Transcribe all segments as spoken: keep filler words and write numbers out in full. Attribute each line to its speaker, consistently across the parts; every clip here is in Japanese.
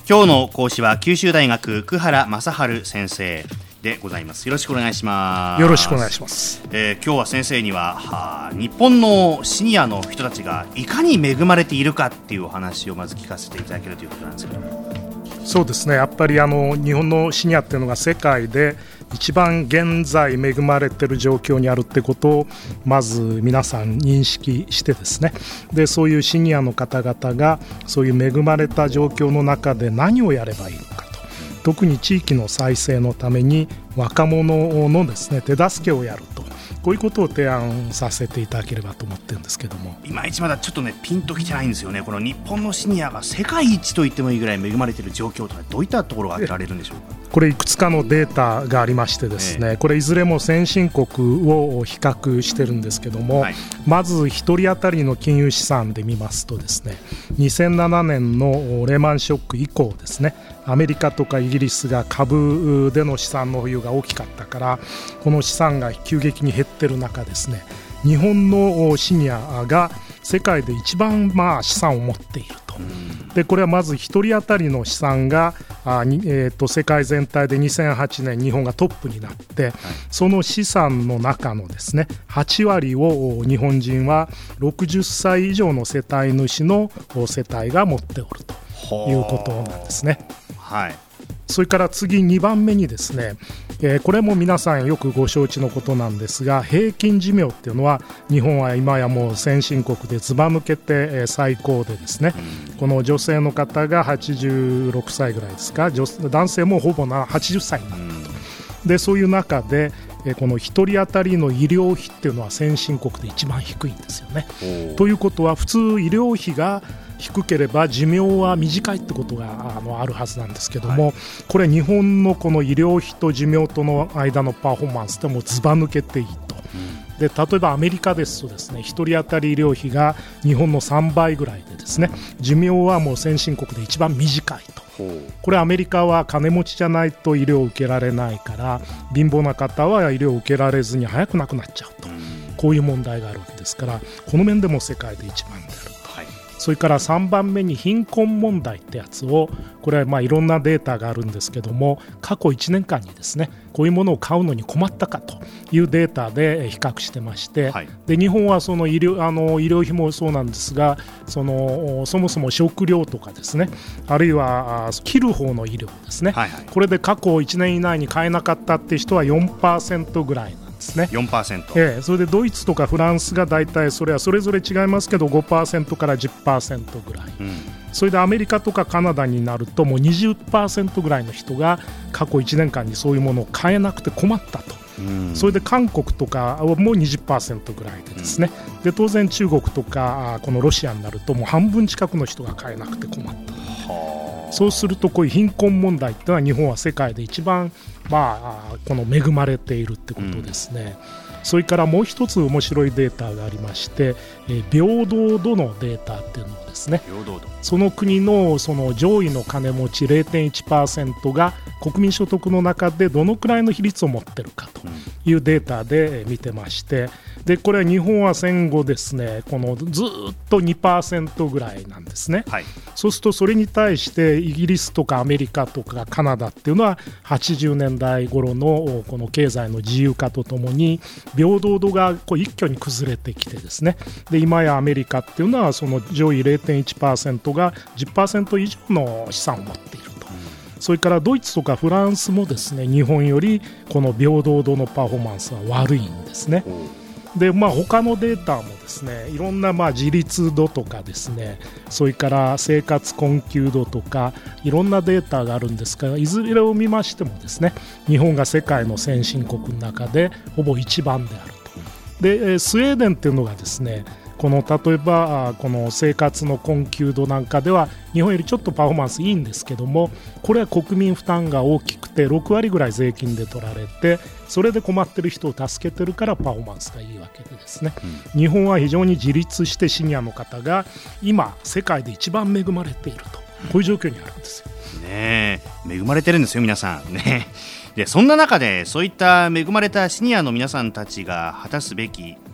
Speaker 1: 今日の講師は九州大学久原正治先生でございます。よろしくお願いします。
Speaker 2: よろしくお願いします。
Speaker 1: えー、今日は先生には、は日本のシニアの人たちがいかに恵まれているかっていうお話をまず聞かせていただけるということなんですけど。
Speaker 2: そうですね、やっぱりあの日本のシニアっていうのが世界で一番現在恵まれている状況にあるってことをまず皆さん認識してですね、でそういうシニアの方々がそういう恵まれた状況の中で何をやればいいのかと、特に地域の再生のために若者のですね手助けをやると、こういうことを提案させていただければと思ってるんですけども、
Speaker 1: いまいちまだちょっとねピンときてないんですよね。この日本のシニアが世界一と言ってもいいぐらい恵まれている状況とはどういったところが挙げられるんでしょうか。
Speaker 2: これいくつかのデータがありましてですね、ええ、これいずれも先進国を比較してるんですけども、はい、まずひとり当たりの金融資産で見ますとですね、にせんななねんのレーマンショック以降ですね、アメリカとかイギリスが株での資産の保有が大きかったから、この資産が急激に減ってる中ですね、日本のシニアが世界で一番まあ資産を持っていると。でこれはまずひとり当たりの資産があに、えー、と世界全体でにせんはちねん日本がトップになって、はい、その資産の中のですねはちわりを日本人はろくじゅっさい以上の世帯主の世帯が持っておるということなんですね。
Speaker 1: はい、
Speaker 2: それから次にばんめにですね、えー、これも皆さんよくご承知のことなんですが、平均寿命っていうのは日本は今やもう先進国でずば抜けて、えー、最高でですね、うん、この女性の方がはちじゅうろくさいぐらいですか、女男性もほぼなはちじゅっさいになったと、うん、でそういう中で、えー、このひとり当たりの医療費っていうのは先進国で一番低いんですよね。ということは普通医療費が低ければ寿命は短いってことが あのあるはずなんですけども、はい、これ日本のこの医療費と寿命との間のパフォーマンスでもずば抜けていいと、うん、で例えばアメリカですとですね、ひとり当たり医療費が日本のさんばいぐらいでですね、寿命はもう先進国で一番短いと。これアメリカは金持ちじゃないと医療を受けられないから、貧乏な方は医療を受けられずに早く亡くなっちゃうと、うん、こういう問題があるわけですから、この面でも世界で一番である。それからさんばんめに貧困問題ってやつを、これはまあいろんなデータがあるんですけども、過去いちねんかんにですねこういうものを買うのに困ったかというデータで比較してまして、はい、で日本はその医療、あの医療費もそうなんですが、そのそもそも食料とかですね、あるいは切る方の医療ですね、はいはい、これで過去いちねん以内に買えなかったっていう人は よんパーセント ぐらいなんですね。
Speaker 1: よんパーセント、
Speaker 2: ええ、それでドイツとかフランスがだいたいそれはそれぞれ違いますけど ごパーセント から じゅっパーセント ぐらい、うん、それでアメリカとかカナダになるともう にじゅっパーセント ぐらいの人が過去いちねんかんにそういうものを買えなくて困ったと、うん、それで韓国とかも にじゅっパーセント ぐらいでですね、うん、で当然中国とかこのロシアになるともう半分近くの人が買えなくて困った。そうするとこういう貧困問題ってのは日本は世界で一番、まあ、この恵まれているってことですね、うん、それからもう一つ面白いデータがありまして、えー、平等度のデータっていうのをですね、
Speaker 1: 平等度、
Speaker 2: その国のその上位の金持ち れいてんいちパーセント が国民所得の中でどのくらいの比率を持ってるかというデータで見てまして、でこれは日本は戦後ですね、このずっと にパーセント ぐらいなんですね、はい、そうするとそれに対してイギリスとかアメリカとかカナダっていうのははちじゅうねんだい頃のこの経済の自由化とともに平等度がこう一挙に崩れてきてですね、で今やアメリカっていうのはその上位 れいてんいちパーセント が じゅっパーセント 以上の資産を持っていると、それからドイツとかフランスもですね日本よりこの平等度のパフォーマンスは悪いんですね。でまあ、他のデータもですねいろんなまあ自立度とかですね、それから生活困窮度とかいろんなデータがあるんですが、いずれを見ましてもですね日本が世界の先進国の中でほぼ一番であると。でスウェーデンっていうのがですね、この例えばこの生活の困窮度なんかでは日本よりちょっとパフォーマンスいいんですけども、これは国民負担が大きくてろくわりぐらい税金で取られて、それで困ってる人を助けてるからパフォーマンスがいいわけでですね、うん、日本は非常に自立してシニアの方が今世界で一番恵まれていると、こういう状況にあるんですよ、
Speaker 1: ね、恵まれてるんですよ皆さんね。でそんな中でそういった恵まれたシニアの皆さんたちが果たすべきっ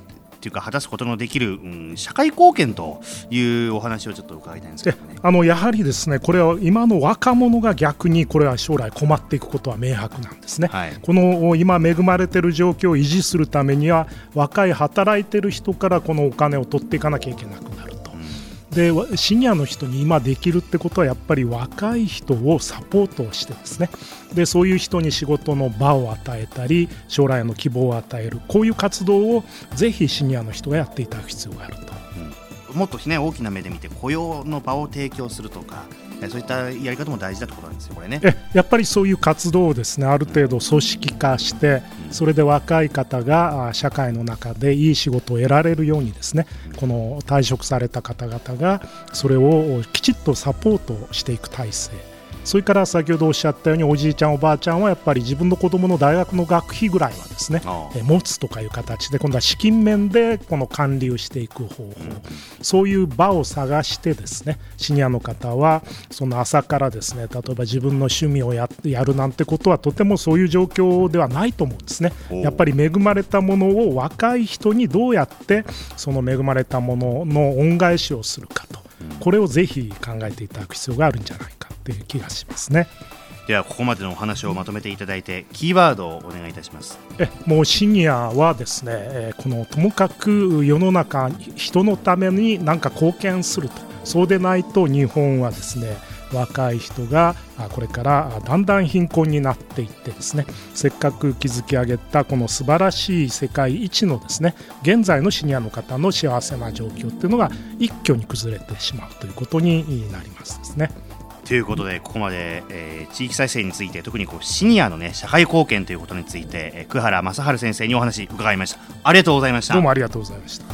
Speaker 1: っていうか果たすことのできる、うん、社会貢献というお話をちょっと伺いたいんですけどね。
Speaker 2: あのやはりですね、これは今の若者が逆にこれは将来困っていくことは明白なんですね、はい、この今恵まれている状況を維持するためには若い働いている人からこのお金を取っていかなきゃいけなくなると、うん、でシニアの人に今できるってことはやっぱり若い人をサポートしてですね、でそういう人に仕事の場を与えたり将来の希望を与える、こういう活動をぜひシニアの人がやっていただく必要があると、
Speaker 1: うん、もっと、ね、大きな目で見て雇用の場を提供するとか、そういったやり方も大事だってことなんですよ、これね。
Speaker 2: えやっぱりそういう活動をですね、ある程度組織化して、うん、それで若い方が社会の中でいい仕事を得られるようにですね、うん、この退職された方々がそれをきちっとサポートしていく体制、それから先ほどおっしゃったようにおじいちゃんおばあちゃんはやっぱり自分の子どもの大学の学費ぐらいはですねえ持つとかいう形で今度は資金面でこの管理をしていく方法、うん、そういう場を探してですね、シニアの方はその朝からですね、例えば自分の趣味を や, やるなんてことはとてもそういう状況ではないと思うんですね。やっぱり恵まれたものを若い人にどうやってその恵まれたものの恩返しをするかと、これをぜひ考えていただく必要があるんじゃないかという気がしますね。
Speaker 1: ではここまでのお話をまとめていただいてキーワードをお願いいたします。
Speaker 2: えもうシニアはですね、えこのともかく世の中人のために何か貢献すると、そうでないと日本はですね若い人がこれからだんだん貧困になっていってですね、せっかく築き上げたこの素晴らしい世界一のですね現在のシニアの方の幸せな状況っていうのが一挙に崩れてしまうということになりますですね。
Speaker 1: ということでここまで、えー、地域再生について、特にこうシニアの、ね、社会貢献ということについて、えー、久原正治先生にお話伺いました。ありがとうございました。
Speaker 2: どうもありがとうございました。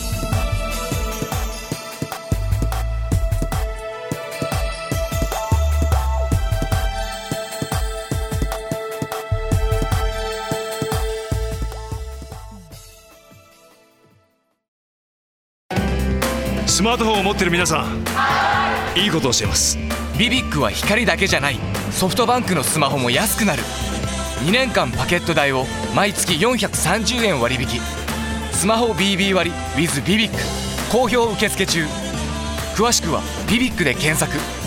Speaker 3: スマートフォンを持っている皆さん、いいことをしています。
Speaker 4: ビビックは光だけじゃない、ソフトバンクのスマホも安くなる。にねんかんパケット代を毎月よんひゃくさんじゅうえん割引。スマホ ビービー 割 with ビビック好評受付中。詳しくはビビックで検索。